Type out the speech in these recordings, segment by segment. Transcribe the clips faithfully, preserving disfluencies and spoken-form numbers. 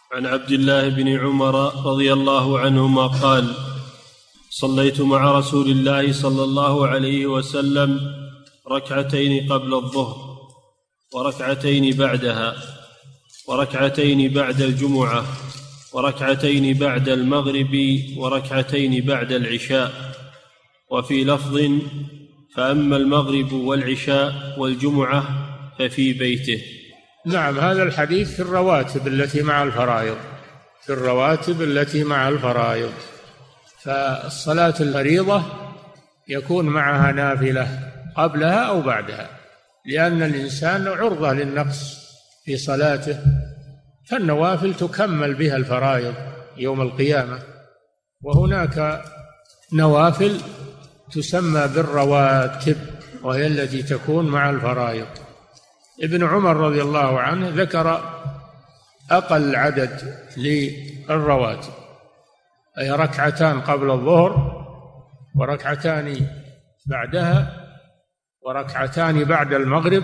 عن عبد الله بن عمر رضي الله عنهما قال: صليت مع رسول الله صلى الله عليه وسلم ركعتين قبل الظهر وركعتين بعدها وركعتين بعد الجمعة وركعتين بعد المغرب وركعتين بعد العشاء. وفي لفظ: فأما المغرب والعشاء والجمعة ففي بيته. نعم، هذا الحديث في الرواتب التي مع الفرائض، في الرواتب التي مع الفرائض. فالصلاة الفريضة يكون معها نافلة قبلها أو بعدها، لأن الإنسان عرضة للنقص في صلاته، فالنوافل تكمل بها الفرائض يوم القيامة. وهناك نوافل تسمى بالرواتب، وهي التي تكون مع الفرائض. ابن عمر رضي الله عنه ذكر أقل عدد للرواتب، أي ركعتان قبل الظهر وركعتان بعدها وركعتان بعد المغرب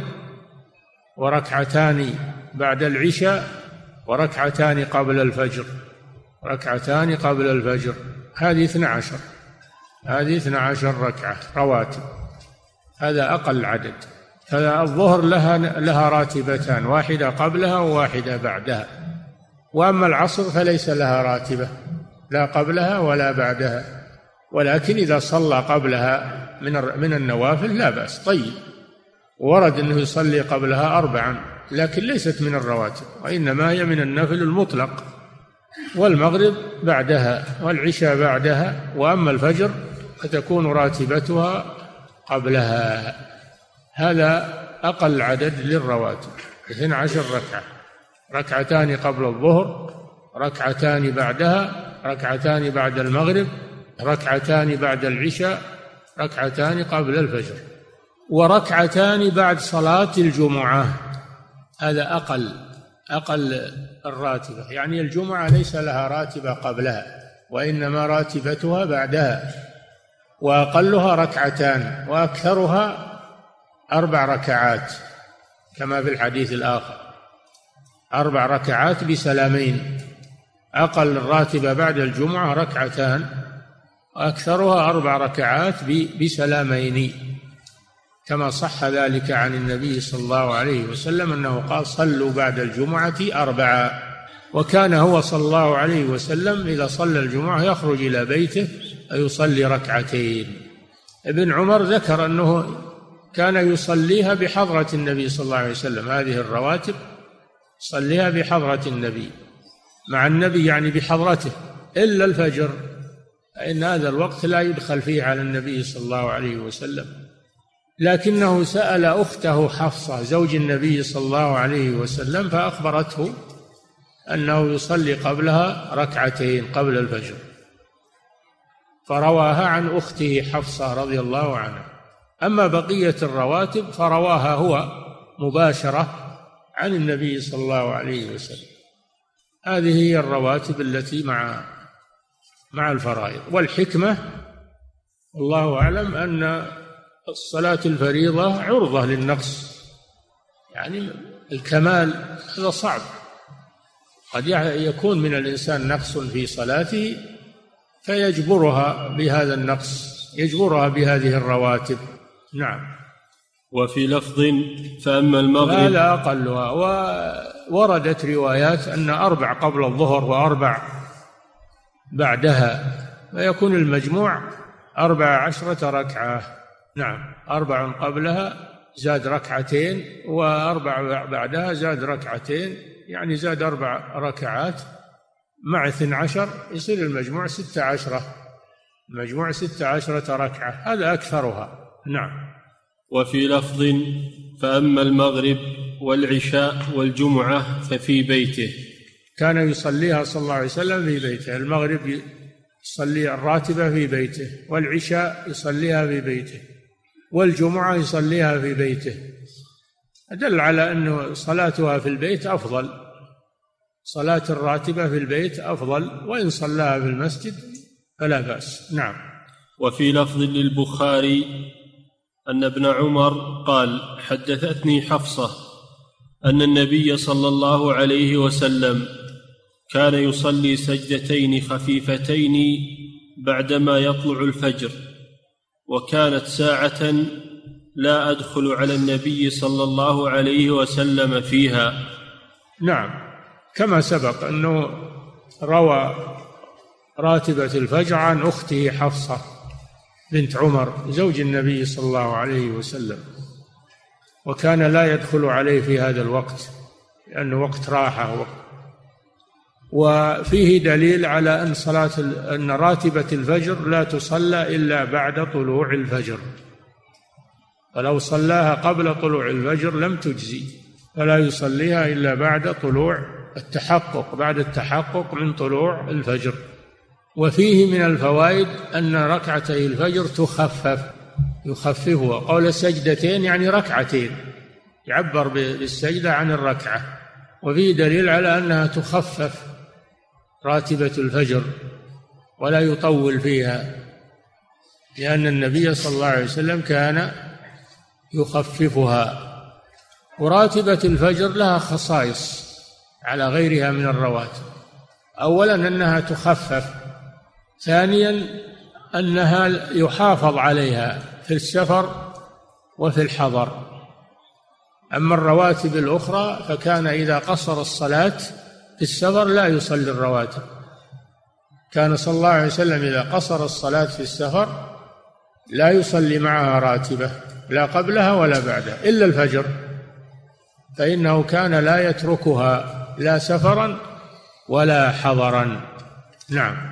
وركعتان بعد العشاء وركعتان قبل الفجر ركعتان قبل الفجر هذه اثنى عشر هذه اثنى عشر ركعة رواتب، هذا أقل عدد. فالظهر لها لها راتبتان، واحدة قبلها وواحدة بعدها. وأما العصر فليس لها راتبة، لا قبلها ولا بعدها، ولكن إذا صلى قبلها من من النوافل لا بأس. طيب، ورد أنه يصلي قبلها أربعا، لكن ليست من الرواتب، وإنما هي من النفل المطلق. والمغرب بعدها والعشاء بعدها، وأما الفجر فتكون راتبتها قبلها. هذا أقل عدد للرواتب، اثنى عشر ركعة، ركعتان قبل الظهر، ركعتان بعدها، ركعتان بعد المغرب، ركعتان بعد العشاء، ركعتان قبل الفجر، وركعتان بعد صلاة الجمعة. هذا أقل أقل الراتبة، يعني الجمعة ليس لها راتبة قبلها، وإنما راتبتها بعدها. وأقلها ركعتان، وأكثرها أربع ركعات كما في الحديث الآخر، أربع ركعات بسلامين. أقل الراتبة بعد الجمعة ركعتان، وأكثرها أربع ركعات بسلامين، كما صح ذلك عن النبي صلى الله عليه وسلم أنه قال: صلوا بعد الجمعة أربعة. وكان هو صلى الله عليه وسلم إذا صلى الجمعة يخرج إلى بيته ويصلي ركعتين. ابن عمر ذكر أنه كان يصليها بحضرة النبي صلى الله عليه وسلم، هذه الرواتب صليها بحضرة النبي، مع النبي يعني بحضرته، إلا الفجر، فإن هذا الوقت لا يدخل فيه على النبي صلى الله عليه وسلم. لكنه سأل أخته حفصة زوج النبي صلى الله عليه وسلم، فأخبرته أنه يصلي قبلها ركعتين قبل الفجر، فرواها عن أخته حفصة رضي الله عنها. أما بقية الرواتب فرواها هو مباشرة عن النبي صلى الله عليه وسلم. هذه هي الرواتب التي مع مع الفرائض. والحكمة والله أعلم أن الصلاة الفريضة عرضة للنقص، يعني الكمال هذا صعب، قد يكون من الإنسان نقص في صلاته فيجبرها بهذا النقص، يجبرها بهذه الرواتب. نعم. وفي لفظ: فأما المغرب. هذا أقلها. ووردت روايات أن أربع قبل الظهر وأربع بعدها، فيكون المجموع أربع عشرة ركعة. نعم، أربع قبلها زاد ركعتين، وأربع بعدها زاد ركعتين، يعني زاد أربع ركعات مع اثنى عشر، يصير المجموع ستة عشرة، المجموع ستة عشرة ركعة، هذا أكثرها. نعم. وفي لفظ: فأما المغرب والعشاء والجمعة ففي بيته. كان يصليها صلى الله عليه وسلم في بيته. المغرب يصلي الراتبة في بيته، والعشاء يصليها في بيته، والجمعة يصليها في بيته. دل على أنه صلاتها في البيت أفضل، صلاة الراتبة في البيت أفضل، وإن صلاها في المسجد فلا بأس. نعم. وفي لفظ للبخاري أن ابن عمر قال: حدثتني حفصة أن النبي صلى الله عليه وسلم كان يصلي سجدتين خفيفتين بعدما يطلع الفجر، وكانت ساعة لا أدخل على النبي صلى الله عليه وسلم فيها. نعم، كما سبق أنه روى راتبة الفجر عن أخته حفصة بنت عمر زوج النبي صلى الله عليه وسلم، وكان لا يدخل عليه في هذا الوقت لأنه وقت راحة وقت. وفيه دليل على أن صلاة أن راتبة الفجر لا تصلى إلا بعد طلوع الفجر، فلو صلاها قبل طلوع الفجر لم تجزي، فلا يصليها إلا بعد طلوع التحقق، بعد التحقق من طلوع الفجر. وفيه من الفوائد أن ركعتي الفجر تخفف، يخففها، قول سجدتين يعني ركعتين، يعبر بالسجدة عن الركعة. وفيه دليل على أنها تخفف راتبة الفجر ولا يطول فيها، لأن النبي صلى الله عليه وسلم كان يخففها. وراتبة الفجر لها خصائص على غيرها من الرواتب. أولا أنها تخفف، ثانيا أنها يحافظ عليها في السفر وفي الحضر. أما الرواتب الأخرى فكان إذا قصر الصلاة في السفر لا يصلي الرواتب، كان صلى الله عليه وسلم إذا قصر الصلاة في السفر لا يصلي معها راتبة لا قبلها ولا بعدها إلا الفجر، فإنه كان لا يتركها لا سفرا ولا حضرا. نعم.